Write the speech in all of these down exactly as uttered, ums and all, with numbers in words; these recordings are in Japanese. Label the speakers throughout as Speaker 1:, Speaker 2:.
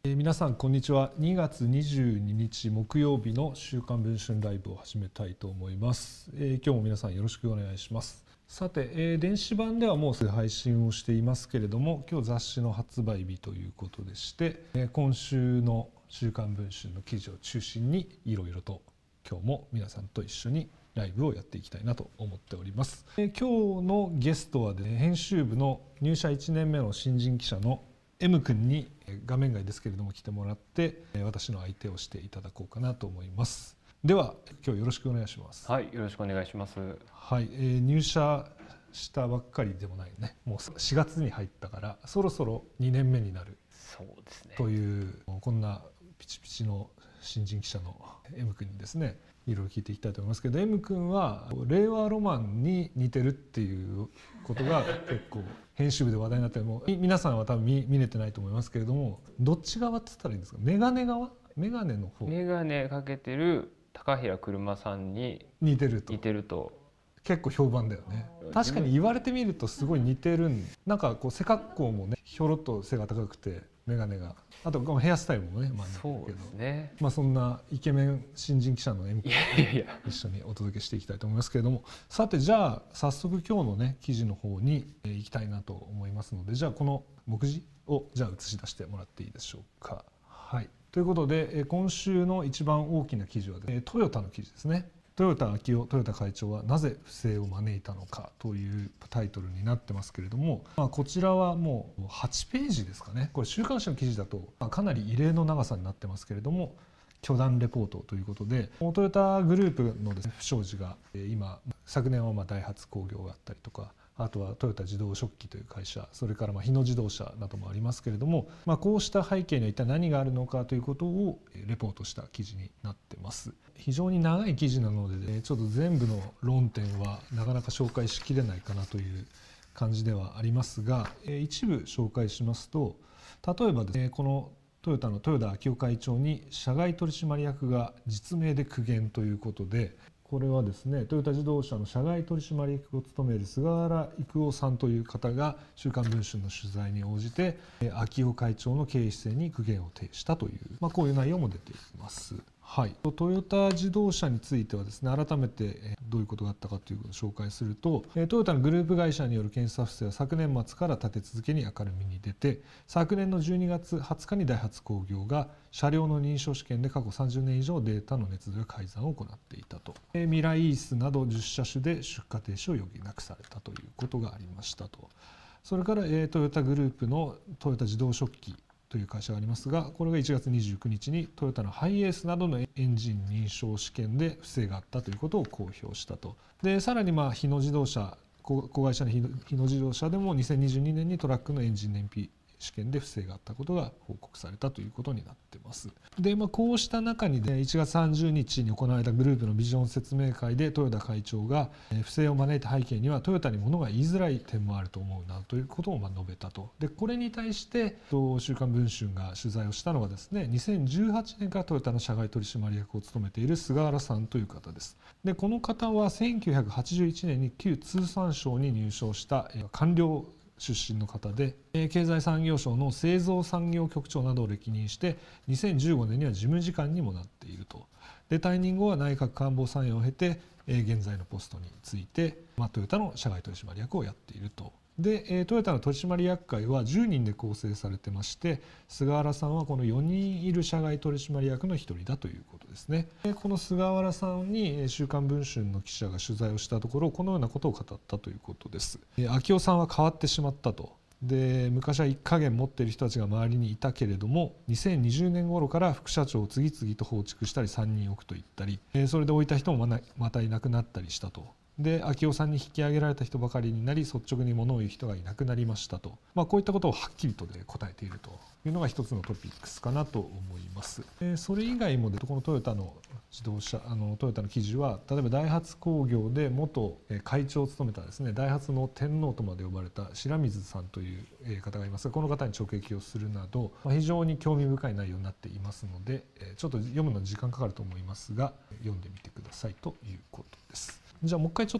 Speaker 1: えー、皆さんこんにちは。にがつにじゅうににち木曜日の週刊文春ライブを始めたいと思います。えー、今日も皆さんよろしくお願いします。さて、えー、電子版ではもうすでに配信をしていますけれども、今日雑誌の発売日ということでして、えー、今週の週刊文春の記事を中心にいろいろと今日も皆さんと一緒にライブをやっていきたいなと思っております。えー、今日のゲストは、ね、編集部の入社いちねんめの新人記者の M 君に画面外ですけれども来てもらって私の相手をしていただこうかなと思います。では今日よろしくお願いします。
Speaker 2: はい、よろしくお願いします。
Speaker 1: はい、えー、入社したばっかりでもないね。もうしがつに入ったからそろそろにねんめになる。
Speaker 2: そうですね。
Speaker 1: というこんなピチピチの新人記者の M 君にですね、いろいろ聞いていきたいと思いますけど、 M 君は令和ロマンに似てるっていうことが結構編集部で話題になっても皆さんは多分 見, 見れてないと思いますけれども、どっち側って言ったらいいんですか？メガネ側？メガネの方？
Speaker 2: メガネかけてる高平車さんに
Speaker 1: 似てると
Speaker 2: 似てると
Speaker 1: 結構評判だよね。確かに言われてみるとすごい似てるん。なんかこう背格好もね、ひょろっと背が高くてメガネが、あとヘアスタイルもね、まあ、
Speaker 2: そうですね。
Speaker 1: まあそんなイケメン新人記者の M 君と一緒にお届けしていきたいと思いますけれども、さてじゃあ早速今日のね記事の方に行きたいなと思いますので、じゃあこの目次をじゃあ映し出してもらっていいでしょうか。はい。ということで今週の一番大きな記事は、ね、トヨタの記事ですね。豊田章男豊田会長はなぜ不正を招いたのかというタイトルになってますけれども、まあ、こちらはもうはちページですかね。これ週刊誌の記事だとかなり異例の長さになってますけれども、巨大レポートということで、トヨタグループのですね不祥事が今昨年はまあダイハツ工業があったりとか、あとはトヨタ自動食器という会社、それからまあ日野自動車などもありますけれども、まあ、こうした背景には一体何があるのかということをレポートした記事になってます。非常に長い記事なので、ちょっと全部の論点はなかなか紹介しきれないかなという感じではありますが、一部紹介しますと、例えばですね、このトヨタの豊田章男会長に社外取締役が実名で苦言ということで、これはですね、トヨタ自動車の社外取締役を務める菅原郁夫さんという方が週刊文春の取材に応じて章男会長の経営姿勢に苦言を呈したという、まあ、こういう内容も出ています。はい、トヨタ自動車についてはですね、改めてどういうことがあったかということを紹介すると、トヨタのグループ会社による検査不正は昨年末から立て続けに明るみに出て、昨年のじゅうにがつはつかにダイハツ工業が車両の認証試験で過去さんじゅうねん以上データの捏造や改ざんを行っていたと。ミライースなどじゅっしゃしゅで出荷停止を余儀なくされたということがありましたと。それからトヨタグループのトヨタ自動食器という会社がありますが、これがいちがつにじゅうくにちにトヨタのハイエースなどのエンジン認証試験で不正があったということを公表したと。でさらにまあ日野自動車、子会社の日野自動車でもにせんにじゅうにねんにトラックのエンジン燃費試験で不正があったことが報告されたということになっています。で、まあ、こうした中に、ね、いちがつさんじゅうにちに行われたグループのビジョン説明会で豊田会長が不正を招いた背景にはトヨタに物が言いづらい点もあると思うなということをまあ述べたと。でこれに対して週刊文春が取材をしたのはですね、にせんじゅうはちねんからトヨタの社外取締役を務めている菅原さんという方です。でこの方はせんきゅうひゃくはちじゅういちねんに旧通産省に入省した官僚出身の方で、経済産業省の製造産業局長などを歴任してにせんじゅうごねんには事務次官にもなっていると。で退任後は内閣官房参与を経て現在のポストについて、まあ、トヨタの社外取締役をやっていると。でトヨタの取締役会はじゅうにんで構成されてまして、菅原さんはこのよにんいる社外取締役のひとりだということですね。でこの菅原さんに週刊文春の記者が取材をしたところ、このようなことを語ったということです。章男さんは変わってしまったと。で昔は一家言持っている人たちが周りにいたけれども、にせんにじゅうねん頃から副社長を次々と放逐したりさんにん置くと言ったり、それで置いた人もまたいなくなったりしたと。で章男さんに引き上げられた人ばかりになり、率直に物を言う人がいなくなりましたと、まあ、こういったことをはっきりと、ね、答えているというのが一つのトピックスかなと思います。でそれ以外もでこのトヨタの自動車あのトヨタの記事は、例えばダイハツ工業で元会長を務めたですね、ダイハツの天皇とまで呼ばれた白水さんという方がいますが、この方に直撃をするなど、まあ、非常に興味深い内容になっていますので、ちょっと読むのに時間かかると思いますが読んでみてくださいということです。じゃあもう一回ちょっと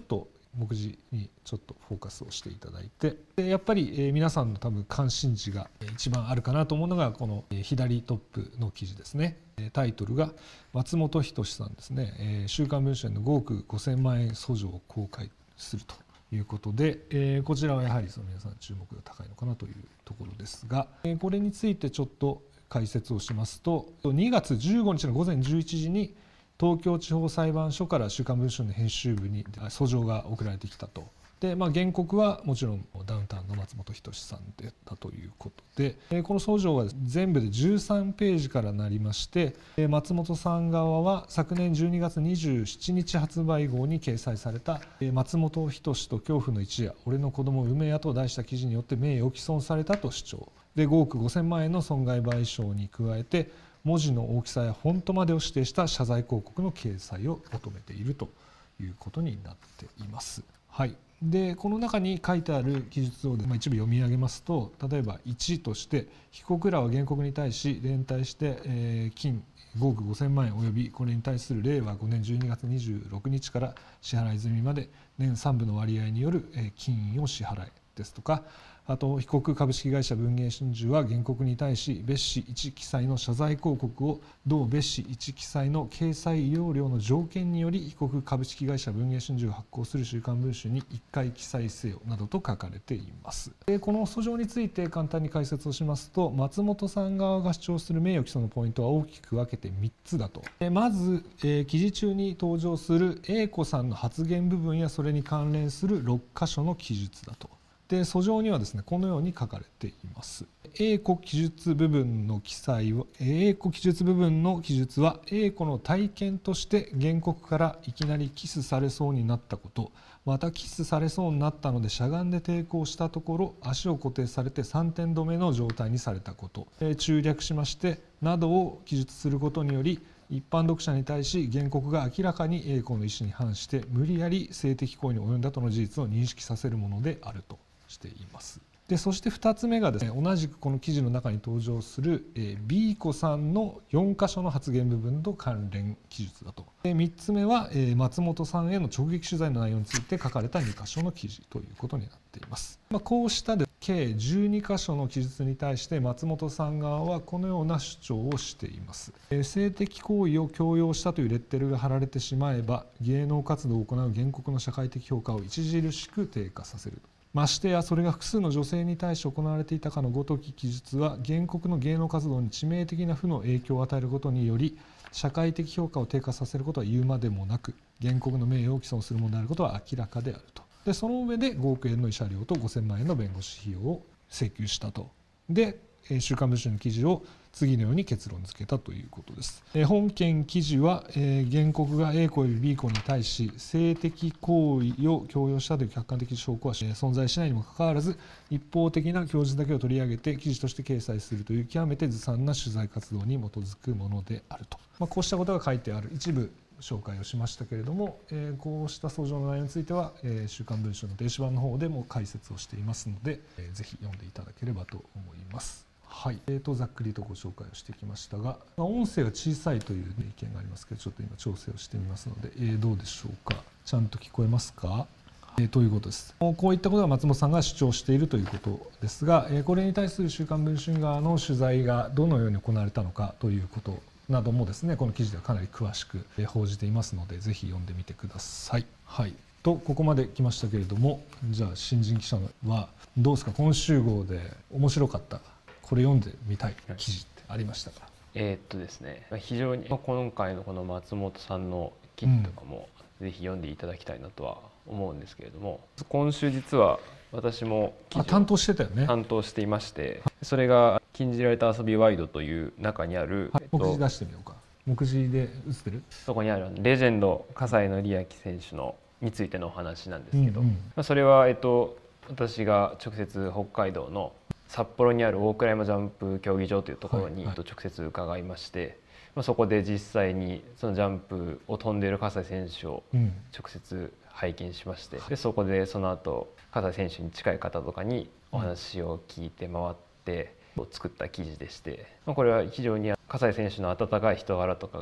Speaker 1: 目次にちょっとフォーカスをしていただいて、でやっぱり、えー、皆さんの多分関心事が一番あるかなと思うのがこの、えー、左トップの記事ですね。タイトルが松本人志さんですね、えー、週刊文春のごおくごせんまんえん訴状を公開するということで、えー、こちらはやはりその皆さん注目が高いのかなというところですが、えー、これについてちょっと解説をしますと、にがつじゅうごにちのごぜんじゅういちじに東京地方裁判所から週刊文春の編集部に訴状が送られてきたと。で、まあ、原告はもちろんダウンタウンの松本人志さんだったということで、この訴状は全部でじゅうさんページからなりまして、松本さん側は昨年じゅうにがつにじゅうしちにち発売号に掲載された松本人志と恐怖の一夜、俺の子供を埋めやと題した記事によって名誉を毀損されたと主張で、ごおくごせんまんえんの損害賠償に加えて文字の大きさやフォントまでを指定した謝罪広告の掲載を求めているということになっています。はい、でこの中に書いてある記述を、まあ、一部読み上げますと、例えばいちとして被告らは原告に対し連帯して、えー、金ごおくごせんまんえんおよびこれに対するれいわごねんじゅうにがつにじゅうろくにちから支払い済みまで年さんぶの割合による、えー、金を支払いですとか、あと被告株式会社文藝春秋は原告に対し別紙いち記載の謝罪広告を同別紙いち記載の掲載要領の条件により被告株式会社文藝春秋を発行する週刊文春にいっかい記載せよなどと書かれています。でこの訴状について簡単に解説をしますと、松本さん側が主張する名誉毀損のポイントは大きく分けてみっつだと。でまず、えー、記事中に登場する A 子さんの発言部分やそれに関連するろっかしょの記述だと。で訴状にはですね、このように書かれています。A 子記述部分の記載は A 子記述部分の記述は A 子の体験として原告からいきなりキスされそうになったこと、またキスされそうになったのでしゃがんで抵抗したところ足を固定されてさんてん止めの状態にされたこと、中略しましてなどを記述することにより、一般読者に対し原告が明らかに A 子の意思に反して無理やり性的行為に及んだとの事実を認識させるものであるとしています。でそしてふたつめがですね、同じくこの記事の中に登場する、えー、B 子さんのよんかしょの発言部分と関連記述だと。でみっつめは、えー、松本さんへの直撃取材の内容について書かれたにかしょの記事ということになっています。まあ、こうしたで計じゅうにかしょの記述に対して松本さん側はこのような主張をしています。えー、性的行為を強要したというレッテルが貼られてしまえば芸能活動を行う原告の社会的評価を著しく低下させる。ましてやそれが複数の女性に対して行われていたかのごとき記述は原告の芸能活動に致命的な負の影響を与えることにより社会的評価を低下させることは言うまでもなく原告の名誉を毀損するものであることは明らかであると。でその上でごおくえんの慰謝料とごせんまんえんの弁護士費用を請求したと。で週刊文春の記事を次のように結論付けたということです。本件記事は原告が A 子より B 子に対し性的行為を強要したという客観的証拠は存在しないにもかかわらず一方的な供述だけを取り上げて記事として掲載するという極めてずさんな取材活動に基づくものであると、まあ、こうしたことが書いてある一部紹介をしましたけれども、えー、こうした訴状の内容については、えー、週刊文春の電子版の方でも解説をしていますので、えー、ぜひ読んでいただければと思います。はい、えーとざっくりとご紹介をしてきましたが、まあ、音声が小さいという、ね、意見がありますけど、ちょっと今調整をしてみますので、えー、どうでしょうか。ちゃんと聞こえますか。えー、ということです。こういったことが松本さんが主張しているということですが、えー、これに対する週刊文春側の取材がどのように行われたのかということなどもですね、この記事ではかなり詳しく報じていますので、ぜひ読んでみてください。はい、とここまで来ましたけれども、じゃあ新人記者はどうですか。今週号で面白かったこれ読んでみたい記事ってありましたか。
Speaker 2: えー、っとですね非常に今回のこの松本さんの記事とかもぜひ読んでいただきたいなとは思うんですけれども、今週実は私も記事を
Speaker 1: 担当してたよね。
Speaker 2: 担当していまして、それが「禁じられた遊びワイド」という中にある、
Speaker 1: はい、目次出してみようか。目次で映ってる。
Speaker 2: そこにあるレジェンド葛西紀明選手のについてのお話なんですけど、うんうん、それは、えっと、私が直接北海道の札幌にある大倉山ジャンプ競技場というところに直接伺いまして、はいはい、まあ、そこで実際にそのジャンプを飛んでいる葛西選手を直接拝見しまして、うん、でそこでその後葛西選手に近い方とかにお話を聞いて回って作った記事でして、まあ、これは非常に葛西選手の温かい人柄とかが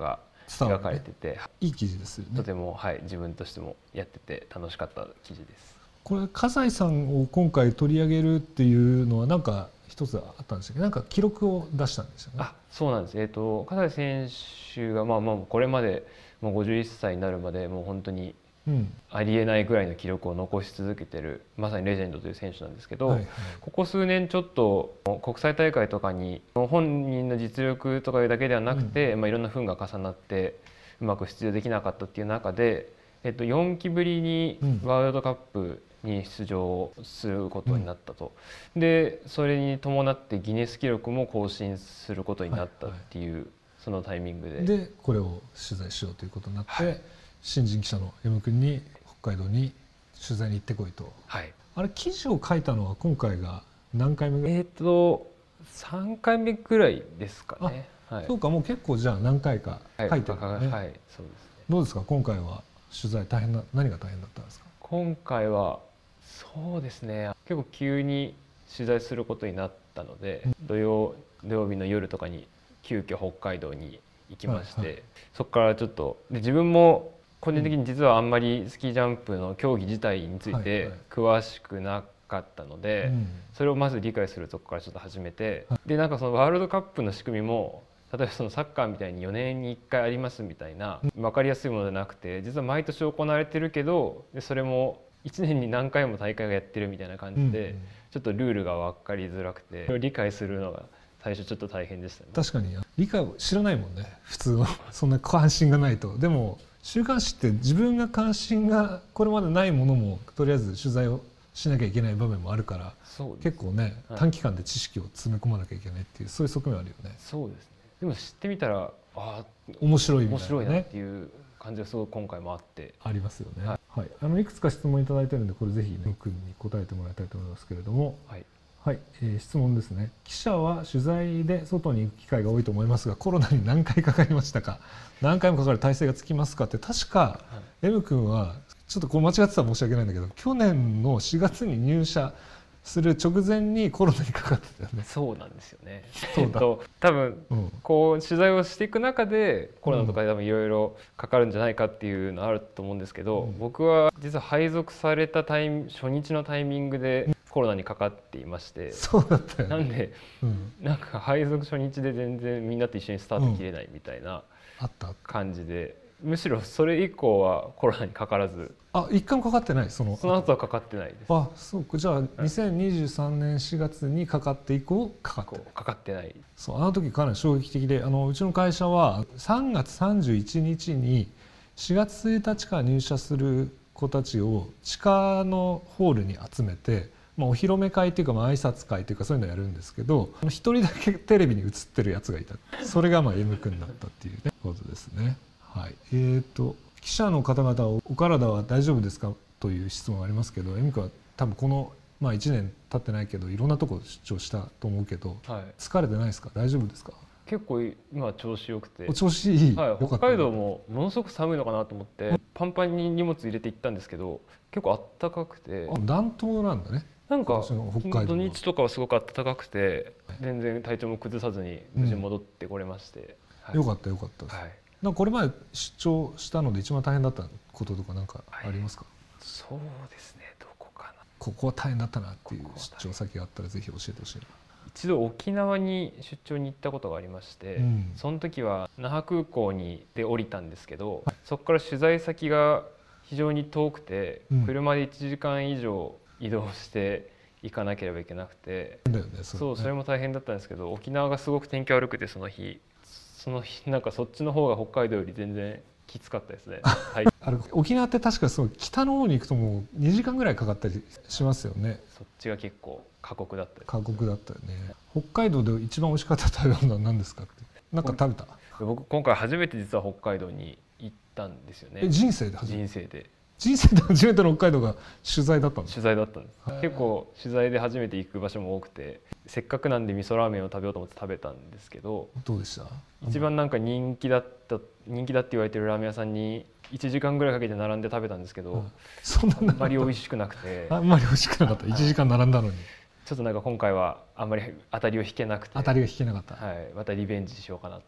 Speaker 2: 描かれてて、
Speaker 1: いい記事ですよね。
Speaker 2: とても、はい、自分としてもやってて楽しかった記事です。
Speaker 1: これ笠井さんを今回取り上げるっていうのは何か一つあったんですけど、なんか記録を出したんですよね。
Speaker 2: あ、そうなんです。えっと笠井選手がまあまあこれまでもうごじゅういっさいになるまでもう本当にありえないぐらいの記録を残し続けてるまさにレジェンドという選手なんですけど、はいはい、ここ数年ちょっと国際大会とかに本人の実力とかいうだけではなくて、うん、まあいろんな不運が重なってうまく出場できなかったっていう中で、えっと、よんきぶりにワールドカップに出場することになったと、うん、でそれに伴ってギネス記録も更新することになったっていう、はいはい、そのタイミングで
Speaker 1: でこれを取材しようということになって、はい、新人記者の エム 君に北海道に取材に行ってこいと、はい、あれ記事を書いたのは今回が何回目ぐらい？
Speaker 2: えっとさんかいめぐらいですかね。
Speaker 1: はい、そうか、もう結構じゃあ何回か書いてるんですね。
Speaker 2: はい、はい、そうですね。
Speaker 1: どうですか今回は取材大変な、何が大変だったんですか？
Speaker 2: 今回はそうですね、結構急に取材することになったので、うん、土曜土曜日の夜とかに急遽北海道に行きまして、はいはい、そこからちょっとで自分も個人的に実はあんまりスキージャンプの競技自体について詳しくなかったので、はいはい、それをまず理解するとこからちょっと始めて、はい、でなんかそのワールドカップの仕組みも例えばそのサッカーみたいによねんにいっかいありますみたいな分かりやすいものじゃなくて、実は毎年行われてるけどでそれもいちねんに何回も大会がやってるみたいな感じで、うん、ちょっとルールが分かりづらくて理解するのが最初ちょっと大変でしたね。
Speaker 1: 確かに理解を知らないもんね普通はそんな関心がないと。でも週刊誌って自分が関心がこれまでないものもとりあえず取材をしなきゃいけない場面もあるから、結構ね、はい、短期間で知識を詰め込まなきゃいけないっていうそういう側面あるよね。
Speaker 2: そうですね。でも知ってみたらああ
Speaker 1: 面白いみたいな、ね、
Speaker 2: 面白いなっていう感じがすごく今回もあって
Speaker 1: ありますよね。はい、はい、あのいくつか質問いただいてるんでこれぜひね君に答えてもらいたいと思いますけれども、はい、はい、えー、質問ですね。記者は取材で外に行く機会が多いと思いますがコロナに何回かかりましたか？何回もかかる体制がつきますかって確か、はい、M 君はちょっとこう間違ってたら申し訳ないんだけど去年のしがつに入社する直前にコロナにかかってたよね。
Speaker 2: そうなんですよね。そうだ。多分、うん、こう取材をしていく中でコロナとかで多分いろいろかかるんじゃないかっていうのあると思うんですけど、うん、僕は実は配属されたタイミ初日のタイミングでコロナにかかっていまして、
Speaker 1: そうだったよね。
Speaker 2: なんで、うん、なんか配属初日で全然みんなと一緒にスタート切れないみたいな感じで、うん、むしろそれ以降はコロナにかからず。
Speaker 1: あ、一回もかかってない。その
Speaker 2: その後はかかってないです。
Speaker 1: あ、そうか。じゃあにせんにじゅうさんねんしがつにかかって以降かかってない。
Speaker 2: かかってない。
Speaker 1: そう、あの時かなり衝撃的で、あのうちの会社はさんがつさんじゅういちにちにしがつついたちから入社する子たちを地下のホールに集めて、まあ、お披露目会というか、まあ挨拶会というかそういうのをやるんですけど、一人だけテレビに映ってるやつがいた。それがまあ M 君だったっていうねことですね。はい。えーと記者の方々はお体は大丈夫ですかという質問がありますけど、 M 君は多分この、まあ、いちねん経ってないけどいろんなとこ出張したと思うけど、はい、疲れてないですか？大丈夫ですか？
Speaker 2: 結構今調子よくて。
Speaker 1: 調子いい、
Speaker 2: はい、北海道もものすごく寒いのかなと思ってパンパンに荷物入れて行ったんですけど結構あったかくて。
Speaker 1: 暖冬なんだね。
Speaker 2: なんか土日とかはすごく暖かくて全然体調も崩さずに無事戻ってこれまして、うん
Speaker 1: はい、よかったよかったです、はい、なんかこれまで出張したので一番大変だったこととか何かありますか？
Speaker 2: はい、そうですね、どこかな。
Speaker 1: ここは大変だったなっていう出張先があったらぜひ教えてほしいな。
Speaker 2: 一度沖縄に出張に行ったことがありまして、うん、その時は那覇空港にで降りたんですけど、はい、そこから取材先が非常に遠くて、うん、車でいちじかん以上移動して行かなければいけなくて、だよね、それね。そう、それも大変だったんですけど、沖縄がすごく天気悪くてその日その日なんかそっちの方が北海道より全然きつかったですね。はい、あれ
Speaker 1: 沖縄って確かそう北の方に行くともうにじかんぐらいかかったりしますよね。
Speaker 2: そっちが結構過酷だったです。
Speaker 1: 過酷だったよね。北海道で一番美味しかった食べ物は何ですかって。なんか食べた？
Speaker 2: 僕今回初めて実は北海道に行ったんですよね。
Speaker 1: え、人生で初めて？
Speaker 2: 人生で。
Speaker 1: 人生で初めての北海道が取材だったんですか？
Speaker 2: 取材だったんです。結構取材で初めて行く場所も多くて、せっかくなんで味噌ラーメンを食べようと思って食べたんですけど、
Speaker 1: どうでした？
Speaker 2: 一番なんか人気だった人気だって言われてるラーメン屋さんにいちじかんぐらいかけて並んで食べたんですけど、うん、そんなあんまり美味しくなくて、
Speaker 1: あんまり美味しくなかった。いちじかん並んだのに。
Speaker 2: ちょっとなんか今回はあんまり当たりを引けなくて、
Speaker 1: 当たりが引けなかった。
Speaker 2: はい、またリベンジしようかなと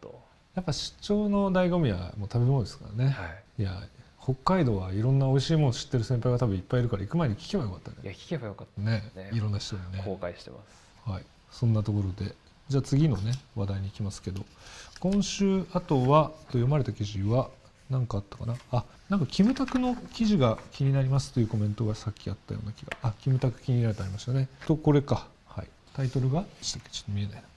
Speaker 1: やっぱ出張の醍醐味はもう食べ物ですからね、はい、いや北海道はいろんな美味しいもの知ってる先輩が多分いっぱいいるから行く前に聞けばよかったね。
Speaker 2: いや聞けばよかった
Speaker 1: ね、ね、いろんな人にね。
Speaker 2: 後悔してます。
Speaker 1: はい、そんなところでじゃあ次のね話題に行きますけど、今週あとは読まれた記事は何かあったかな。あ、なんかキムタクの記事が気になりますというコメントがさっきあったような気が。あ、キムタク気になるとありましたね。とこれか、はい、タイトルがちょっと見えないな。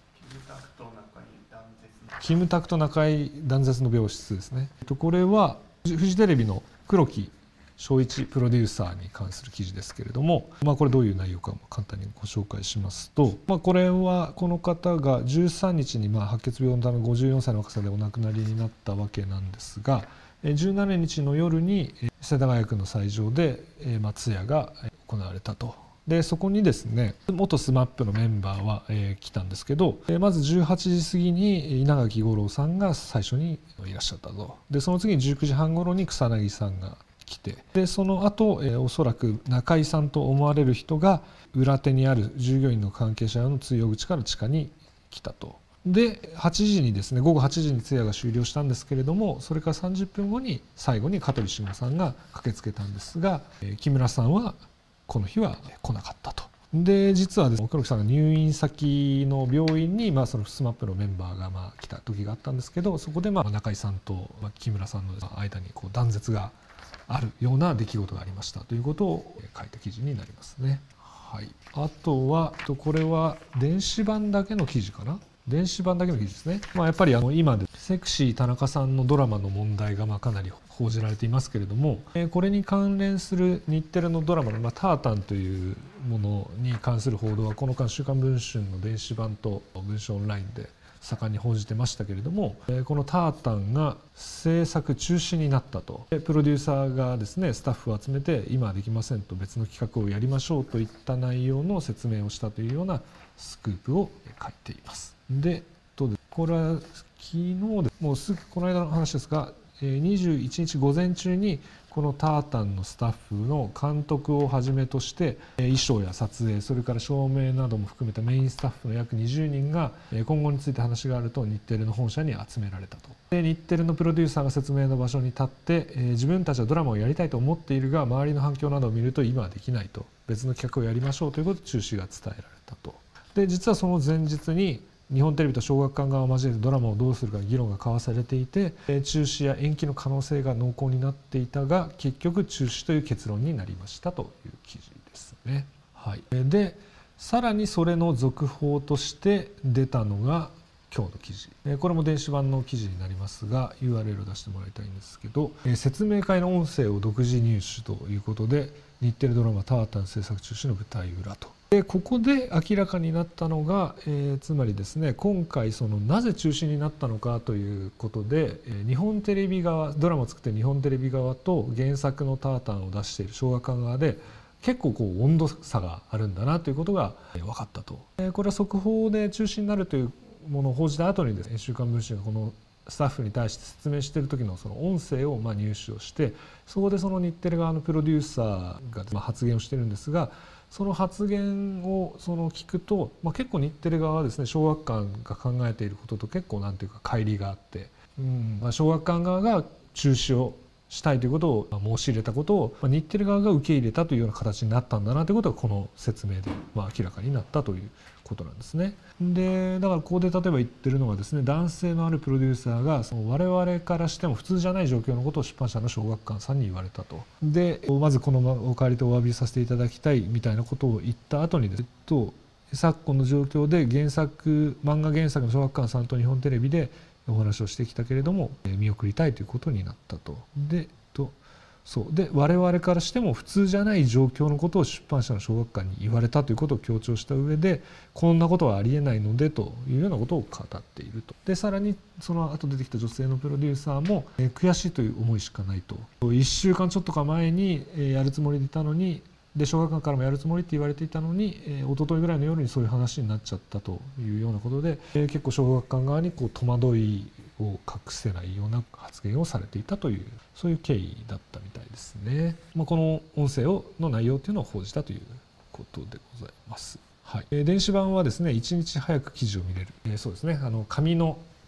Speaker 1: キムタクと中井断絶の病室ですね。これはフジテレビの黒木昭一プロデューサーに関する記事ですけれども、まあ、これどういう内容かも簡単にご紹介しますと、まあ、これはこの方がじゅうさんにちにまあ白血病のためごじゅうよんさいの若さでお亡くなりになったわけなんですが、じゅうしちにちの夜に世田谷区の斎場で通夜が行われたと。でそこにですね元スマップのメンバーは、えー、来たんですけど、えー、まずじゅうはちじ過ぎに稲垣吾郎さんが最初にいらっしゃったと。でその次にじゅうくじはん頃に草薙さんが来て、でその後、えー、おそらく中井さんと思われる人が裏手にある従業員の関係者の通用口から地下に来たと。ではちじにですね午後はちじに通夜が終了したんですけれども、それからさんじゅっぷんごに最後に香取慎吾さんが駆けつけたんですが、えー、木村さんはこの日は来なかったと。で実はですね黒木さんが入院先の病院に、まあ、そのスマップのメンバーがまあ来た時があったんですけど、そこでまあ中井さんと木村さんの間にこう断絶があるような出来事がありましたということを書いた記事になりますね。はい、あとはこれは電子版だけの記事かな。電子版だけの記事ですね。まあ、やっぱりあの今でセクシー田中さんのドラマの問題がまあかなり報じられていますけれども、これに関連する日テレのドラマの、まあ、タータンというものに関する報道はこの間週刊文春の電子版と文春オンラインで盛んに報じてましたけれども、このタータンが制作中止になったと。プロデューサーがですねスタッフを集めて今はできませんと別の企画をやりましょうといった内容の説明をしたというようなスクープを書いています。でこれは昨日でもうすぐこの間の話ですが、にじゅういちにち午前中にこのタータンのスタッフの監督をはじめとして衣装や撮影それから照明なども含めたメインスタッフの約にじゅうにんが今後について話があると日テレの本社に集められたと。で日テレのプロデューサーが説明の場所に立って自分たちはドラマをやりたいと思っているが周りの反響などを見ると今はできないと、別の企画をやりましょうということで中止が伝えられたと。で実はその前日に日本テレビと小学館側を交えてドラマをどうするか議論が交わされていて、中止や延期の可能性が濃厚になっていたが結局中止という結論になりましたという記事ですね。はい、でさらにそれの続報として出たのが今日の記事、これも電子版の記事になりますが ユーアールエル を出してもらいたいんですけど、説明会の音声を独自入手ということで日テレドラマタータン制作中止の舞台裏と。でここで明らかになったのが、えー、つまりですね今回そのなぜ中止になったのかということで、えー、日本テレビ側ドラマを作っている日本テレビ側と原作のタータンを出している小学館側で結構こう温度差があるんだなということが分かったと。えー、これは速報で中止になるというものを報じた後にですね週刊文春がこのスタッフに対して説明している時のその音声をまあ入手をして、そこでその日テレ側のプロデューサーがまあ発言をしているんですが、その発言をその聞くと、まあ、結構日テレ側はですね小学館が考えていることと結構なんていうか乖離があって、うんまあ、小学館側が中止をしたいということを申し入れたことを、まあ、日テレ側が受け入れたというような形になったんだなということがこの説明でまあ明らかになったということなんですね。でだからここで例えば言ってるのがですね男性のあるプロデューサーがその我々からしても普通じゃない状況のことを出版社の小学館さんに言われたと。でまずこのお借りとお詫びさせていただきたいみたいなことを言った後にですと昨今の状況で原作漫画原作の小学館さんと日本テレビでお話をしてきたけれども見送りたいということになったと。でとそうで我々からしても普通じゃない状況のことを出版社の小学館に言われたということを強調した上でこんなことはありえないのでというようなことを語っていると。でさらにその後出てきた女性のプロデューサーも、えー、悔しいという思いしかないと。いっしゅうかんちょっとか前に、えー、やるつもりでいたのにで小学館からもやるつもりって言われていたのに、えー、一昨日ぐらいの夜にそういう話になっちゃったというようなことで、えー、結構小学館側にこう戸惑いを隠せないような発言をされていたというそういう経緯だったみたいですね。まあ、この音声をの内容というのを報じたということでございます。はい、えー、電子版はですねいちにち早く記事を見れる、えー、そうですねあの紙の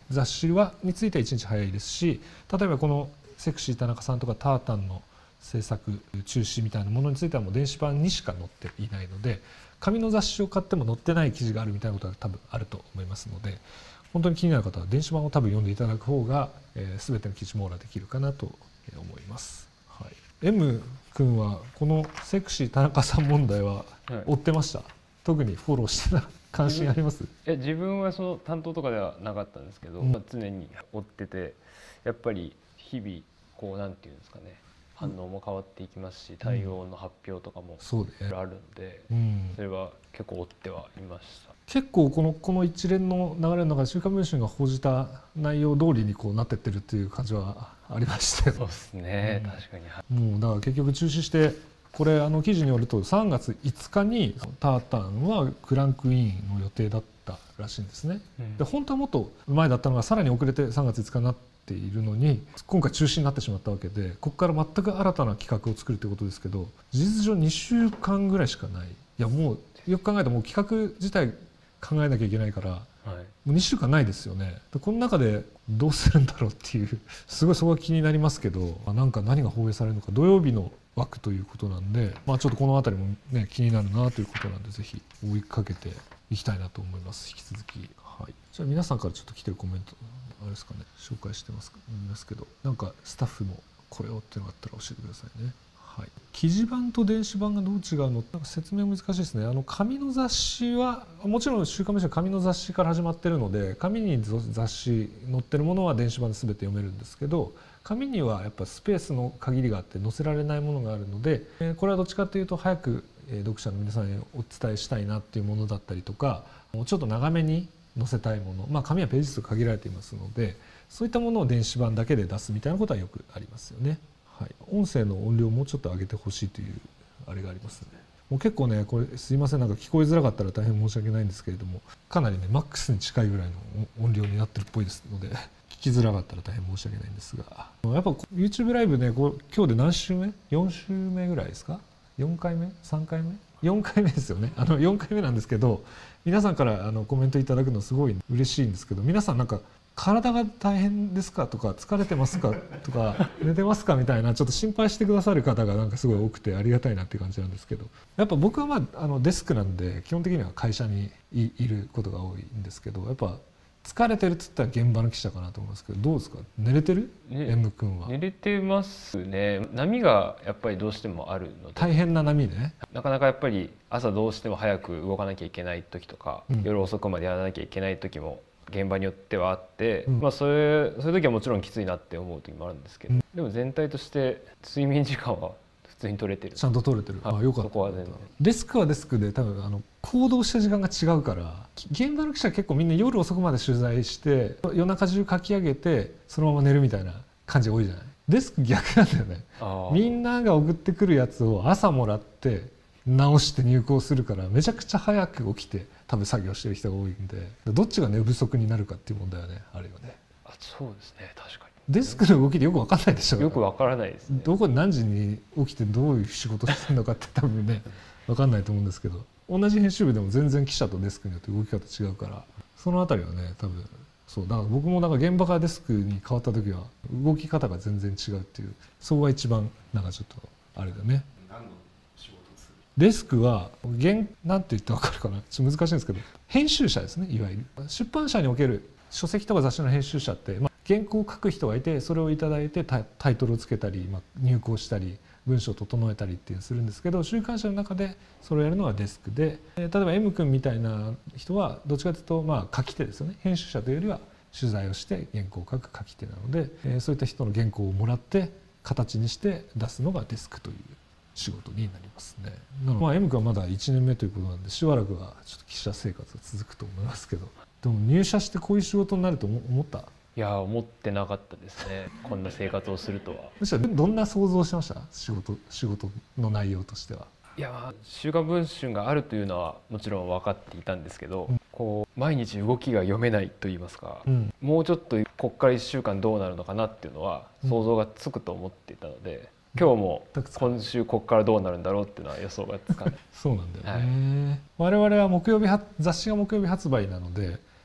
Speaker 1: 雑誌はについてはいちにち早いですし、例えばこのセクシー田中さんとかタータンの制作中止みたいなものについてはもう電子版にしか載っていないので、紙の雑誌を買っても載ってない記事があるみたいなことが多分あると思いますので、本当に気になる方は電子版を多分読んでいただく方が、えー、全ての記事網羅できるかなと思います。はい、M 君はこのセクシー田中さん問題は追ってました、はい、特にフォローしてた関心あります？
Speaker 2: え自分はその担当とかではなかったんですけど、うん、常に追ってて、やっぱり日々こうなんていうんですかね、反応も変わっていきますし、対応の発表とかもあるので、うん、それは結構追ってはいました。
Speaker 1: 結構このこの一連の流れの中で週刊文春が報じた内容通りにこうなってってるっていう感じはありましたよ。
Speaker 2: そうですね、うん、確かに。
Speaker 1: もうだから結局中止して、これあの記事によるとさんがついつかにタータンはクランクインの予定だったらしいんですね。うん、で本当はもっと前だったのがさらに遅れてさんがついつかになっているのに、今回中止になってしまったわけで、ここから全く新たな企画を作るということですけど、事実上にしゅうかんぐらいしかない。いやもうよく考えたらもう企画自体考えなきゃいけないから、はい、もうにしゅうかんないですよね。この中でどうするんだろうっていうすごいそこが気になりますけど、なんか何が放映されるのか、土曜日の枠ということなんで、まあ、ちょっとこの辺りも、ね、気になるなということなんで、ぜひ追いかけていきたいなと思います。引き続き、はい、じゃあ皆さんからちょっと来てるコメントあれですかね、紹介してますかますけど、なんかスタッフもこれをっていうのがあったら教えてくださいね。はい、記事版と電子版がどう違うの、なんか説明難しいですね。あの紙の雑誌はもちろん週刊文春は紙の雑誌から始まってるので、紙に雑誌載ってるものは電子版で全て読めるんですけど、紙にはやっぱスペースの限りがあって載せられないものがあるので、これはどっちかというと早く読者の皆さんにお伝えしたいなっていうものだったりとか、ちょっと長めに載せたいもの、まあ紙はページ数限られていますので、そういったものを電子版だけで出すみたいなことはよくありますよね。はい、音声の音量をもうちょっと上げてほしいというあれがありますね。もう結構ね、これすいません、なんか聞こえづらかったら大変申し訳ないんですけれども、かなりねマックスに近いぐらいの音量になってるっぽいですので聞きづらかったら大変申し訳ないんですが、やっぱ YouTube ライブね、こう今日で何週目 ?よん 週目ぐらいですか？ よん 回目 ?さん 回目 ?よん 回目ですよね。あのよんかいめなんですけど、皆さんからあのコメントいただくのすごい嬉しいんですけど、皆さんなんか体が大変ですかとか、疲れてますかとか、寝てますかみたいな、ちょっと心配してくださる方がなんかすごい多くてありがたいなっていう感じなんですけど、やっぱ僕はまああのデスクなんで基本的には会社に い, いることが多いんですけど、やっぱ疲れてるっつったら現場の記者かなと思いますけど、どうですか、寝れてる、ね、M 君は。
Speaker 2: 寝れてますね。波がやっぱりどうしてもあるので、
Speaker 1: 大変な波ね。
Speaker 2: なかなかやっぱり朝どうしても早く動かなきゃいけない時とか、うん、夜遅くまでやらなきゃいけない時も現場によってはあって、うん、まあそれそういう時はもちろんきついなって思う時もあるんですけど、うん、でも全体として睡眠時間は普通に取れてる。
Speaker 1: ちゃんと取れてる。
Speaker 2: あ、よかった。そこは全然。
Speaker 1: デスクはデスクで多分あの行動した時間が違うから、現場の記者は結構みんな夜遅くまで取材して夜中中書き上げてそのまま寝るみたいな感じが多いじゃない。デスク逆なんだよね。みんなが送ってくるやつを朝もらって直して入稿するから、めちゃくちゃ早く起きて多分作業してる人が多いんで、どっちが寝不足になるかっていう問題はね、あるよね。
Speaker 2: あ、そうですね、確かに。
Speaker 1: デスクの動きでよく分かんないでしょ。
Speaker 2: よく分からないですね。
Speaker 1: どこで何時に起きてどういう仕事してるのかって多分ね分かんないと思うんですけど、同じ編集部でも全然記者とデスクによって動き方違うから、そのあたりはね多分そうだから、僕もなんか現場からデスクに変わった時は動き方が全然違うっていう、そこが一番なんかちょっとあれだね。デスクは現なんて言って分かるかな、ちょっと難しいんですけど、編集者ですね。いわゆる出版社における書籍とか雑誌の編集者って、まあ、原稿を書く人がいて、それをいただいてタイトルをつけたり、まあ、入稿したり文章を整えたりっていうのをするんですけど、週刊誌の中でそれをやるのがデスクで、例えば M 君みたいな人はどっちかというとまあ書き手ですよね。編集者というよりは取材をして原稿を書く書き手なので、えー、そういった人の原稿をもらって形にして出すのがデスクという仕事になりますね。なので、まあ、M 君はまだいちねんめということなんで、しばらくはちょっと記者生活が続くと思いますけど、でも入社してこういう仕事になると思った？
Speaker 2: いや、思ってなかったですね。こんな生活をするとは。
Speaker 1: むしろどんな想像しました？仕事仕事の内容としては。
Speaker 2: いや、週刊文春があるというのはもちろん分かっていたんですけど、うん、こう毎日動きが読めないといいますか、うん、もうちょっとこっからいっしゅうかんどうなるのかなっていうのは想像がつくと思っていたので、うん、今日も今週こっからどうなるんだろうっていうのは予想がつかない。
Speaker 1: そうなんだよね、はい、我々は木曜日雑誌が木曜日発売なので、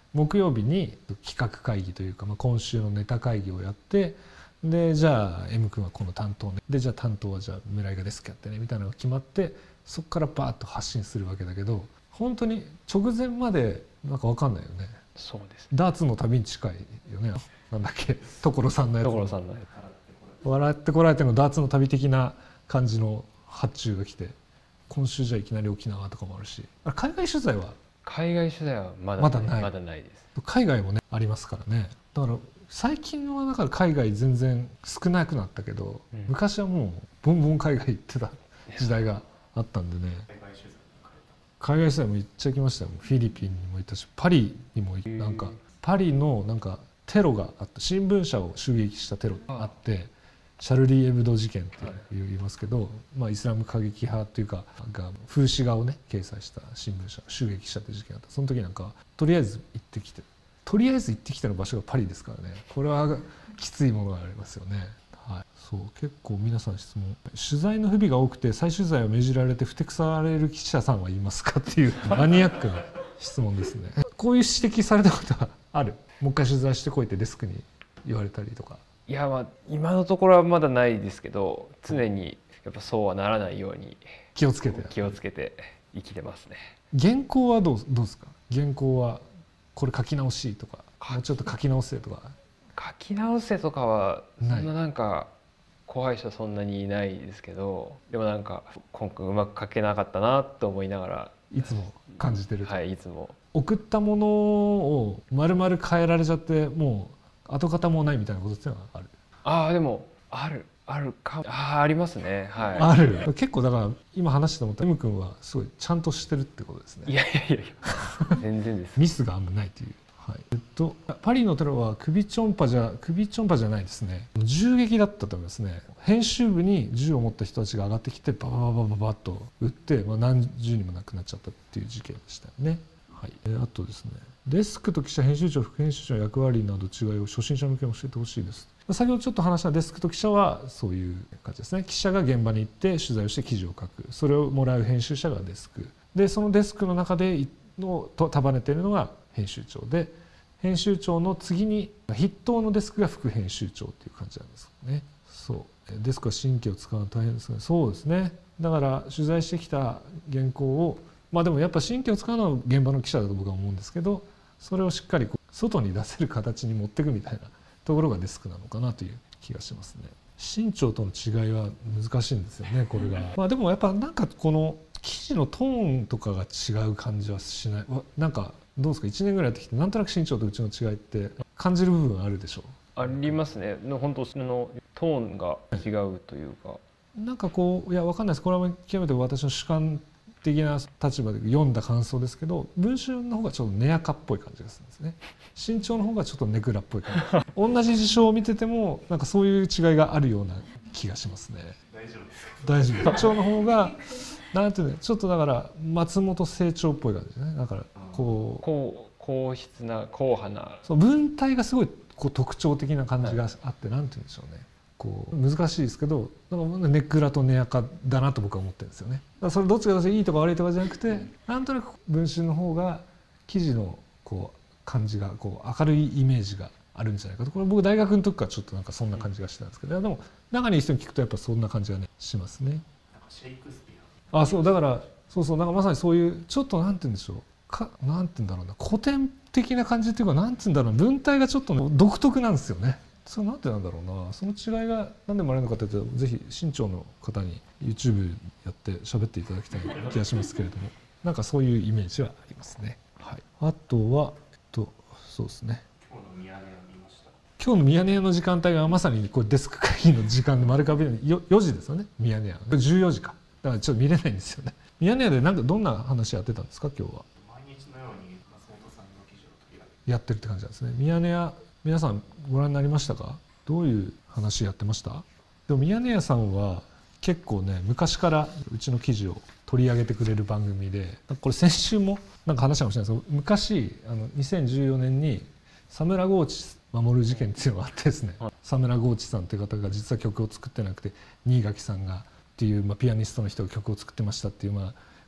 Speaker 1: 木曜日に企画会議というか、まあ、今週のネタ会議をやって、でじゃあ M 君はこの担当ね、でじゃあ担当はじゃあ村井がデスクやってねみたいなのが決まって、そこからバーッと発信するわけだけど、本当に直前までなんか分かんないよね。
Speaker 2: そうです、ね、
Speaker 1: ダーツの旅に近いよね。なんだっけ、所さんのやつ、
Speaker 2: 所さんのや
Speaker 1: つ笑ってこられてのダーツの旅的な感じの発注が来て、今週じゃいきなり沖縄とかもあるし、海外取材は
Speaker 2: 海外取材はまだ
Speaker 1: まだない、
Speaker 2: まだないです。
Speaker 1: 海外もねありますからね。だから最近はだから海外全然少なくなったけど、うん、昔はもうボンボン海外行ってた時代があったんでね。海外取材も行っちゃいきましたよ。フィリピンにも行ったし、パリにも行った。なんかパリのなんかテロがあった、新聞社を襲撃したテロがあって、シャルリー・エブド事件って言いますけど、まあ、イスラム過激派というかが風刺画をね掲載した新聞社を襲撃したって事件があった。その時なんかとりあえず行ってきてとりあえず行ってきたの場所がパリですからね。これはきついものがありますよね。はい、そう結構皆さん質問、取材の不備が多くて再取材を命じられてふてくされる記者さんはいますかっていうマニアックな質問ですね。こういう指摘されたことはある？もう一回取材してこいってデスクに言われたりとか。
Speaker 2: いや、まあ今のところはまだないですけど、常にやっぱそうはならないように
Speaker 1: 気をつけて
Speaker 2: 気をつけて生きてますね。
Speaker 1: 原稿はどうどうですか？原稿はこれ書き直しとか、もうちょっと書き直せとか。
Speaker 2: 書き直せとかはそんななんか怖い人はそんなにいないですけど、でもなんか今回うまく書けなかったなと思いながら
Speaker 1: いつも感じてると。
Speaker 2: はい、いつも
Speaker 1: 送ったものを丸々変えられちゃって、もう跡形もないみたいなことっていうのはある？あ
Speaker 2: あ、でもあるあるか、あありますね。はい、
Speaker 1: ある。結構だから今話して思った M 君はすごいちゃんとしてるってことですね。
Speaker 2: いやいやいやいや全然です。
Speaker 1: ミスがあんまないという。はい、えっとパリのテロは首ちょんぱじゃ首ちょんぱじゃないですね。銃撃だったと思いますね。編集部に銃を持った人たちが上がってきてババババババッと撃って、まあ、何十人も亡くなっちゃったっていう事件でしたよね。はい、あとですね、デスクと記者、編集長、副編集長の役割など違いを初心者向けに教えてほしいです。先ほどちょっと話したデスクと記者はそういう感じですね。記者が現場に行って取材をして記事を書く、それをもらう編集者がデスクで、そのデスクの中での束ねているのが編集長で、編集長の次に筆頭のデスクが副編集長っていう感じなんですね。そうデスクは神経を使うの大変ですね。そうですね。だから取材してきた原稿を、まあでもやっぱ神経を使うのは現場の記者だと僕は思うんですけど、それをしっかりこう外に出せる形に持っていくみたいなところがデスクなのかなという気がしますね。身長との違いは難しいんですよね、これが。まあでもやっぱなんかこの記事のトーンとかが違う感じはしない。なんかどうですか、いちねんぐらいやってきてなんとなく身長とうちの違いって感じる部分あるでしょう？
Speaker 2: ありますね。本当のトーンが違うというか、
Speaker 1: なんかこういやわかんないです。これは極めて私の主観的な立場で読んだ感想ですけど、文春の方がちょっとネアカっぽい感じがするんですね。身長の方がちょっとネクラっぽい感じ。同じ事象を見ててもなんかそういう違いがあるような気がしますね。
Speaker 2: 大丈夫ですか？
Speaker 1: 大丈夫。身長の方がなんていうの、ちょっとだから松本清張っぽい感じですね。だからこう
Speaker 2: こう硬質な硬派な、
Speaker 1: そう文体がすごいこう特徴的な感じがあって、はい、なんていうんでしょうね。こう難しいですけど、なんかネクラとネアカだなと僕は思ってるんですよね。だからそれどっちがいいとか悪いとかじゃなくて、なんとなく文春の方が記事のこう感じがこう明るいイメージがあるんじゃないかと。これ僕大学の時からちょっとなんかそんな感じがしてたんですけど、でも中にいる人に聞くとやっぱそんな感じがねしますね。
Speaker 2: シェイクスピ
Speaker 1: ア。あ、そうだからそうそう、なんかまさにそういうちょっとなんて言うんでしょうか、なんて言うんだろうな、古典的な感じっていうか、なんて言うんだろうな、文体がちょっと独特なんですよね。それなんでなんだろうな、その違いが何でもあるのかというと、ぜひ新潮の方に YouTube やって喋っていただきたい気がしますけれども、なんかそういうイメージはありますね。はい、あとは、えっと、そうですね。
Speaker 2: 今日のミヤネ屋見ました。
Speaker 1: 今日のミヤネ屋の時間帯がまさにこうデスク会議の時間で丸かぶりによじですよね、ミヤネ屋。じゅうよじか。だからちょっと見れないんですよね。ミヤネ屋でなんかどんな話やってたんですか、今日は。
Speaker 2: 毎日のように松本さんの記事を取り上げて
Speaker 1: やってるって感じなんですね。ミヤネ屋、皆さんご覧になりましたか？どういう話やってました？でもミヤネ屋さんは結構ね、昔からうちの記事を取り上げてくれる番組で、これ先週もなんか話したかもしれないですけど、昔あのにせんじゅうよねんに佐村河内守事件っていうのがあってですね、はい、佐村河内さんという方が実は曲を作ってなくて新垣さんがっていう、まあ、ピアニストの人が曲を作ってましたっていう、まあ、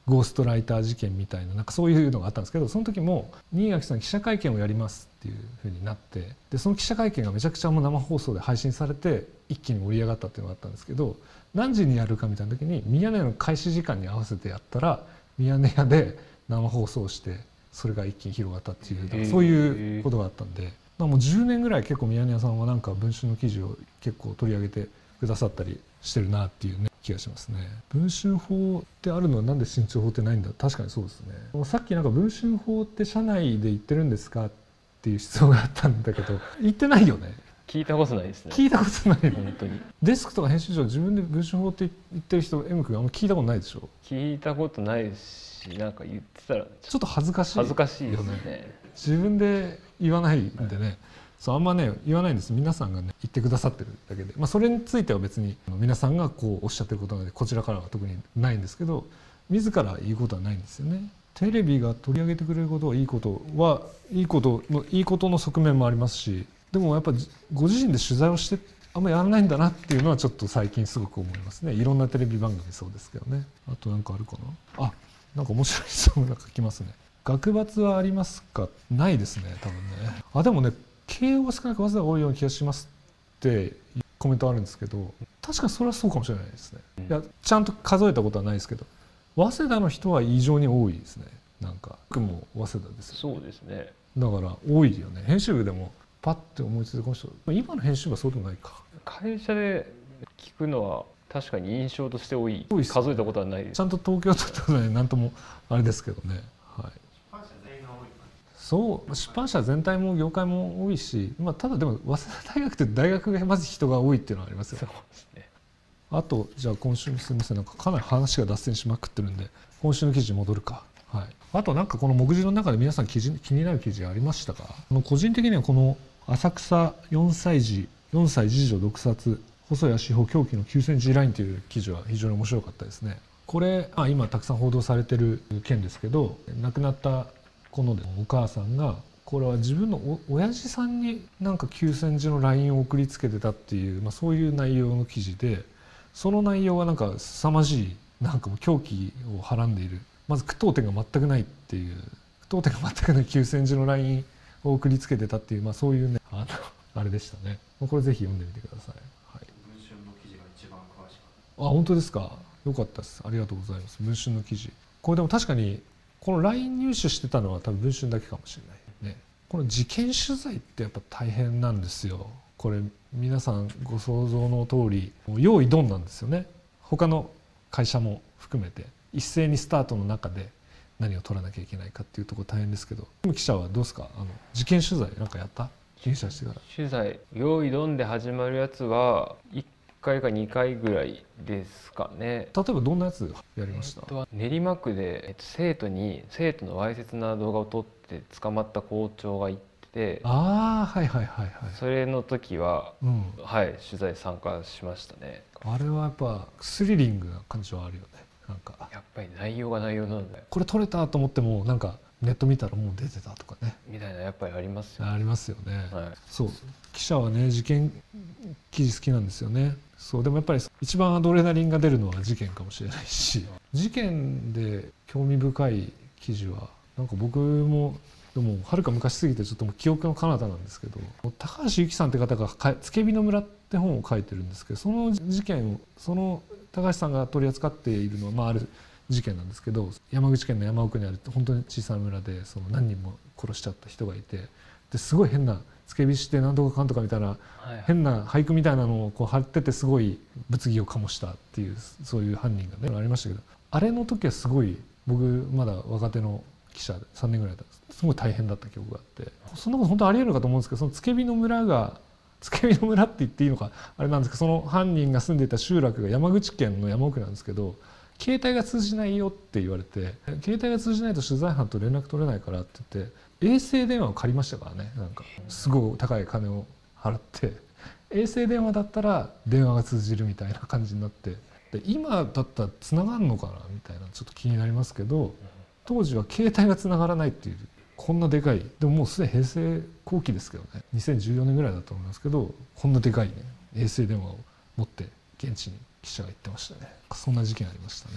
Speaker 1: ゴーストライター事件みたいな、なんかそういうのがあったんですけど、その時も新垣さん記者会見をやりますっていうふうになって、でその記者会見がめちゃくちゃもう生放送で配信されて一気に盛り上がったっていうのがあったんですけど、何時にやるかみたいな時にミヤネ屋の開始時間に合わせてやったらミヤネ屋で生放送してそれが一気に広がったっていう、えー、そういうことがあったんで、もうじゅうねんぐらい結構ミヤネ屋さんはなんか文春の記事を結構取り上げてくださったりしてるなっていうね気がしますね。文春法ってあるのはなんで新潮法ってないんだ。確かにそうですね。さっきなんか文春法って社内で言ってるんですかっていう質問があったんだけど言ってないよね。
Speaker 2: 聞いたことないですね。
Speaker 1: 聞いたことない
Speaker 2: 本当に。
Speaker 1: デスクとか編集長自分で文春法って言ってる人 M 君あんま聞いたことないでしょ。
Speaker 2: 聞いたことないですし、なんか言ってたら
Speaker 1: ちょっと恥ずかしい、
Speaker 2: 恥ずかしいよね。
Speaker 1: 自分で言わないんでね、はい、そうあんまね言わないんです。皆さんがね言ってくださってるだけで、まあ、それについては別に皆さんがこうおっしゃってることなのでこちらからは特にないんですけど、自ら言うことはないんですよね。テレビが取り上げてくれることはいいことはいいことのいいことの側面もありますし、でもやっぱご自身で取材をしてあんまりやらないんだなっていうのはちょっと最近すごく思いますね。いろんなテレビ番組そうですけどね。あとなんかあるかな。あ、なんか面白い質問が書きますね。学閥はありますか。ないですね多分ね。あでもね慶応が少なく早稲田が多いような気がしますってコメントあるんですけど、確かにそれはそうかもしれないですね。いやちゃんと数えたことはないですけど早稲田の人は異常に多いですね。なんか僕も早稲田ですよ、
Speaker 2: ね、そうですね。
Speaker 1: だから多いよね。編集部でもパッて思いついてこの人、今の編集部はそうでもないか。
Speaker 2: 会社で聞くのは確かに印象として多い。多い数えたことはないです。
Speaker 1: ちゃんと東京都ってことは何ともあれですけどね。はい。そう出版社全体も業界も多いし、まあ、ただでも早稲田大学って大学がまず人が多いっていうのはありますよ。
Speaker 2: そうですね。
Speaker 1: あとじゃあ今週もすみませんなんかかなり話が脱線しまくってるんで今週の記事に戻るか。はい、あとなんかこの目次の中で皆さん記事気になる記事ありましたか。個人的にはこの浅草よんさい児よんさい児女毒殺細谷志保凶器のきゅうセンチラインという記事は非常に面白かったですね。これあ今たくさん報道されてる件ですけど、亡くなったこのお母さんがこれは自分のお親父さんになんかきゅうセンチのラインを送りつけてたっていう、まあ、そういう内容の記事で、その内容はなんか凄まじいなんかもう狂気をはらんでいる、まず句読点が全くないっていう句読点が全くないきゅうセンチのラインを送りつけてたっていう、まあ、そういうねあのあれでしたね。これぜひ読んでみてください。はい、
Speaker 3: 文春の記事が一番詳しかっ
Speaker 1: た。あ本当ですか。よかったです。ありがとうございます。文春の記事これでも確かにこの ライン 入手してたのは多分文春だけかもしれないね。この事件取材ってやっぱ大変なんですよ。これ皆さんご想像の通り用意ドンなんですよね。他の会社も含めて一斉にスタートの中で何を取らなきゃいけないかっていうところ大変ですけど、記者はどうですか。あの事件取材なんかやった？入社してから
Speaker 2: 取材用意ドンで始まるやつはいっかいかにかいぐらいですかね。
Speaker 1: 例えばどんなやつやりました？
Speaker 2: えっと、練馬区で、えっと、生徒に生徒のわいせつな動画を撮って捕まった校長がいて、
Speaker 1: ああはいはいはいはい。
Speaker 2: それの時は、
Speaker 1: うん、
Speaker 2: はい取材参加しましたね。
Speaker 1: あれはやっぱスリリングな感じはあるよね。なんか
Speaker 2: やっぱり内容が内容なので、
Speaker 1: これ撮れたと思ってもなんかネット見たらもう出てたとかね
Speaker 2: みたいなやっぱりありますよね。
Speaker 1: ありますよね、
Speaker 2: はい、
Speaker 1: そう記者はね事件記事好きなんですよね。そうでもやっぱり一番アドレナリンが出るのは事件かもしれないし、事件で興味深い記事はなんか僕もでもはるか昔すぎてちょっともう記憶の彼方なんですけど、高橋由紀さんって方が「つけびの村」って本を書いてるんですけど、その事件その高橋さんが取り扱っているのは、まあ、ある事件なんですけど、山口県の山奥にある本当に小さな村でその何人も殺しちゃった人がいて、ですごい変なつけびしてなんとかかんとかみたいな変な俳句みたいなのをこう貼っててすごい物議を醸したっていうそういう犯人がねありましたけど、あれの時はすごい僕まだ若手の記者でさんねんぐらいだったすごい大変だった記憶があって、そんなこと本当ありえるのかと思うんですけど、そのつけびの村がつけびの村って言っていいのかあれなんですけど、その犯人が住んでいた集落が山口県の山奥なんですけど、携帯が通じないよって言われて、携帯が通じないと取材班と連絡取れないからって言って衛星電話を借りましたからね。なんかすごい高い金を払って衛星電話だったら電話が通じるみたいな感じになって、で今だったらつながるのかなみたいなちょっと気になりますけど、当時は携帯がつながらないっていう、こんなでかい、でももうすでに平成後期ですけどね、にせんじゅうよねんぐらいだと思いますけど、こんなでかいね衛星電話を持って現地に記者が行ってましたね。そんな事件ありましたね。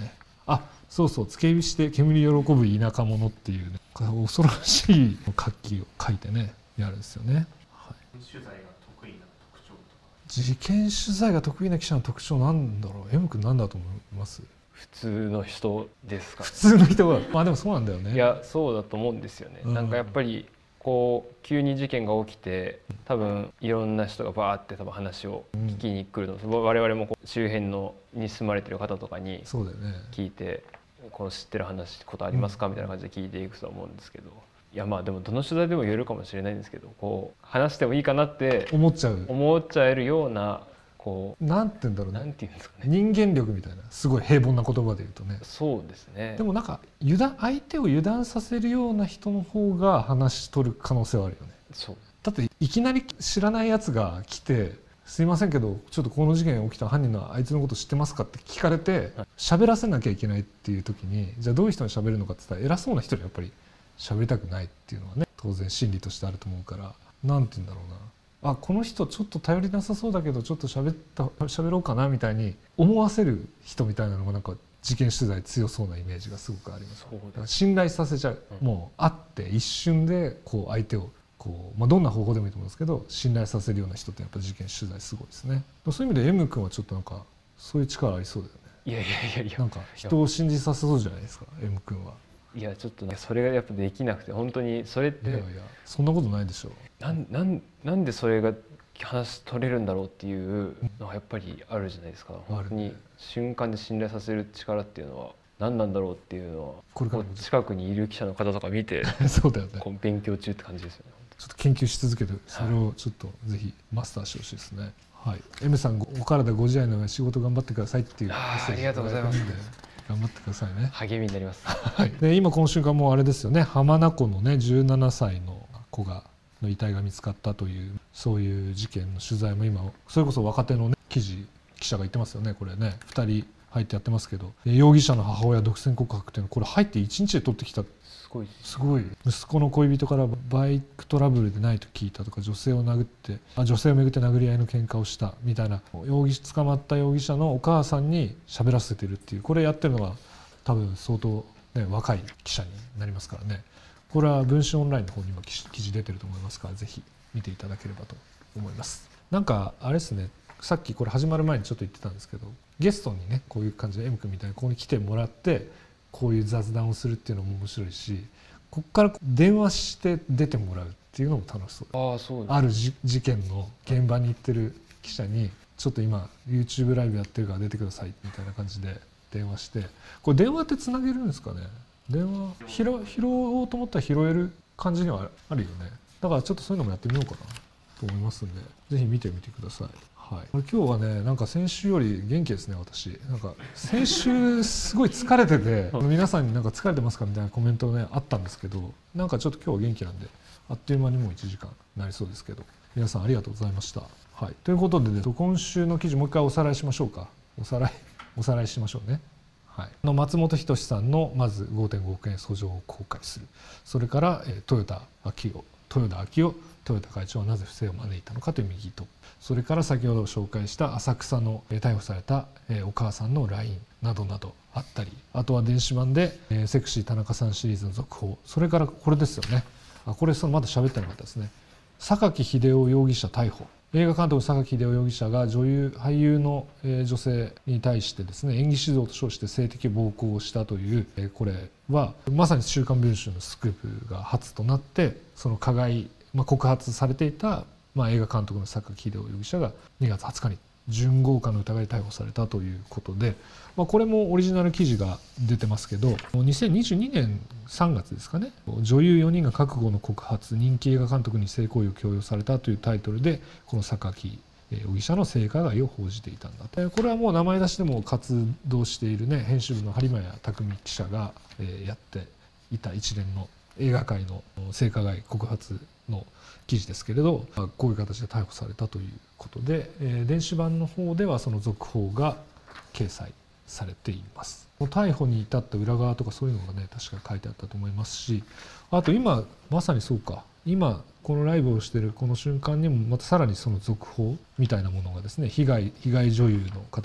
Speaker 1: あ、そうそう、付け火して煙喜ぶ田舎者っていうね、恐ろしい活気を書いてねやるんですよね。はい、
Speaker 3: 取材が得意な特徴とか。
Speaker 1: 事件取材が得意な記者の特徴なんだろう。 M 君なんだと思います？
Speaker 2: 普通の人ですかね。
Speaker 1: 普通の人がまあでもそうなんだよね。
Speaker 2: いやそうだと思うんですよね、うん、なんかやっぱりこう急に事件が起きて多分いろんな人がバーって多分話を聞きに来るの、うん、我々もこう周辺のに住まれてる方とかに聞いて、この知ってる話ことありますかみたいな感じで聞いていくとは思うんですけど、いやまあでもどの取材でも言えるかもしれないんですけど、こう話してもいいかなって
Speaker 1: 思っちゃう
Speaker 2: 思っちゃえるようなこう
Speaker 1: なんて言うんだろうね、
Speaker 2: なんて言うんですかね、
Speaker 1: 人間力みたいな、すごい平凡な言葉で言うとね。
Speaker 2: そうですね。
Speaker 1: でもなんか油断相手を油断させるような人の方が話し取る可能性はあるよね。
Speaker 2: そう
Speaker 1: だっていきなり知らないやつが来て「すいませんけどちょっとこの事件起きた犯人のあいつのこと知ってますか?」って聞かれて喋らせなきゃいけないっていう時に、じゃあどういう人に喋るのかって言ったら偉そうな人にやっぱり喋りたくないっていうのはね当然心理としてあると思うから、なんて言うんだろうな、あ、この人ちょっと頼りなさそうだけどちょっと喋った喋ろうかなみたいに思わせる人みたいなのがなんか事件取材強そうなイメージがすごくあります。だから信頼させちゃう、うん、もう会って一瞬でこう相手をこう、まあ、どんな方法でもいいと思うんですけど信頼させるような人ってやっぱ事件取材すごいですね。そういう意味で M 君はちょっとなんかそういう力ありそうだよね。
Speaker 2: いやいやいやいや、
Speaker 1: なんか人を信じさせそうじゃないですか M 君は。
Speaker 2: いやちょっとねそれがやっぱできなくて、本当にそれって
Speaker 1: いやいやそんなことないでしょう。
Speaker 2: なんなんなんでそれが話取れるんだろうっていうのがやっぱりあるじゃないですか。本当に瞬間で信頼させる力っていうのは何なんだろうっていうのは、これから近くにいる記者の方とか見て
Speaker 1: そうだよね、
Speaker 2: こう勉強中って感じですよね。
Speaker 1: ちょっと研究し続けてそれをちょっとぜひマスターしてほしいですね。はい、M さんお体ご自愛の上仕事頑張ってくださいっていうメッセージ
Speaker 2: ありがとうございます。
Speaker 1: 頑張ってくださいね。
Speaker 2: 励みになります。
Speaker 1: はい、で今この瞬間もあれですよね、浜名湖のねじゅうななさいの子がの遺体が見つかったというそういう事件の取材も今それこそ若手の、ね、記事記者が言ってますよね。これねふたり入ってやってますけど、容疑者の母親独占告白っていうのこれ入っていちにちで取ってきた。
Speaker 2: すごい
Speaker 1: すごい。息子の恋人からバイクトラブルでないと聞いたとか、女性を殴ってあ女性をめぐって殴り合いの喧嘩をしたみたいな、容疑捕まった容疑者のお母さんに喋らせてるっていう、これやってるのが多分相当、ね、若い記者になりますからね。これは文春オンラインの方にも記事出てると思いますから、ぜひ見ていただければと思います。なんかあれですね、さっきこれ始まる前にちょっと言ってたんですけど、ゲストにねこういう感じで M 君みたいにここに来てもらってこういう雑談をするっていうのも面白いし、ここから電話して出てもらうっていうのも楽しそう。
Speaker 2: ああ、そうです。
Speaker 1: あるじ事件の現場に行ってる記者にちょっと今 YouTube ライブやってるから出てくださいみたいな感じで電話して、これ電話ってつなげるんですかね。電話拾拾おうと思ったら拾える感じにはあるよね。だからちょっとそういうのもやってみようかなと思いますんで、ぜひ見てみてください。はい、これ今日はねなんか先週より元気ですね。私なんか先週すごい疲れてて皆さんになんか疲れてますかみたいなコメントねあったんですけど、なんかちょっと今日は元気なんであっという間にもういちじかんになりそうですけど、皆さんありがとうございました。はい、ということで、ね、今週の記事もう一回おさらいしましょうか。おさらいおさらいしましょうね。はい、の松本人志さんのまず ごてんごおくえん訴状を公開する、それから、えー、豊田章男豊田章男豊田会長はなぜ不正を招いたのかという右と、それから先ほど紹介した浅草の逮捕されたお母さんの ライン などなどあったり、あとは電子版でセクシー田中さんシリーズの続報、それからこれですよね。あこれそのまだ喋ってなかったですね。榊英雄容疑者逮捕。映画監督榊英雄容疑者が女優俳優の女性に対してですね、演技指導と称して性的暴行をしたという、これはまさに週刊文春のスクープが初となって、その加害、まあ、告発されていた、まあ、映画監督の榊英雄容疑者がにがつはつかに準強姦の疑いで逮捕されたということで、まあ、これもオリジナル記事が出てますけど、にせんにじゅうにねんさんがつですかね、女優よにんが覚悟の告発、人気映画監督に性行為を強要されたというタイトルでこの榊容疑者の性加害を報じていたんだと。これはもう名前出しでも活動しているね編集部の播磨屋匠記者がやっていた一連の映画界の性加害告発の記事ですけれど、こういう形で逮捕されたということで、電子版の方ではその続報が掲載されています。逮捕に至った裏側とかそういうのがね確か書いてあったと思いますし、あと今まさにそうか、今このライブをしているこの瞬間にもまたさらにその続報みたいなものがですね、被害被害女優の方が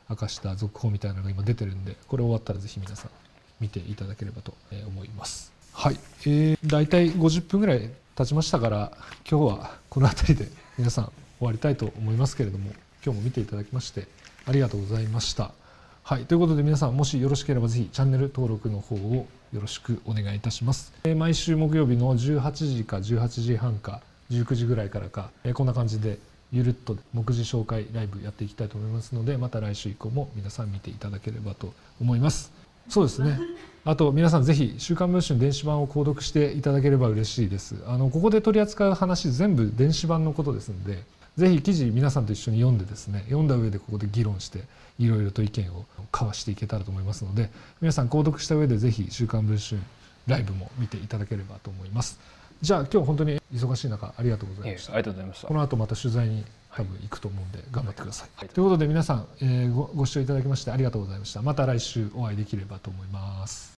Speaker 1: 明かした続報みたいなのが今出てるんで、これ終わったらぜひ皆さん見ていただければと思います。はい、えー、だいたいごじゅっぷんぐらい経ちましたから、今日はこの辺りで皆さん終わりたいと思いますけれども、今日も見ていただきましてありがとうございました。はい、ということで皆さんもしよろしければぜひチャンネル登録の方をよろしくお願いいたします。えー、毎週木曜日のじゅうはちじかじゅうはちじはんかじゅうくじぐらいからか、えー、こんな感じでゆるっと目次紹介ライブやっていきたいと思いますので、また来週以降も皆さん見ていただければと思います。そうですね。あと皆さんぜひ週刊文春電子版を購読していただければ嬉しいです。あのここで取り扱う話全部電子版のことですので、ぜひ記事皆さんと一緒に読んでですね、読んだ上でここで議論していろいろと意見を交わしていけたらと思いますので、皆さん購読した上でぜひ週刊文春ライブも見ていただければと思います。じゃあ今日本当に忙しい中ありがとうございました。
Speaker 2: ありがとうございました。
Speaker 1: この後また取材に多分行くと思うんで頑張ってください。はい、ということで皆さん、えー、ご, ご視聴いただきましてありがとうございました。また来週お会いできればと思います。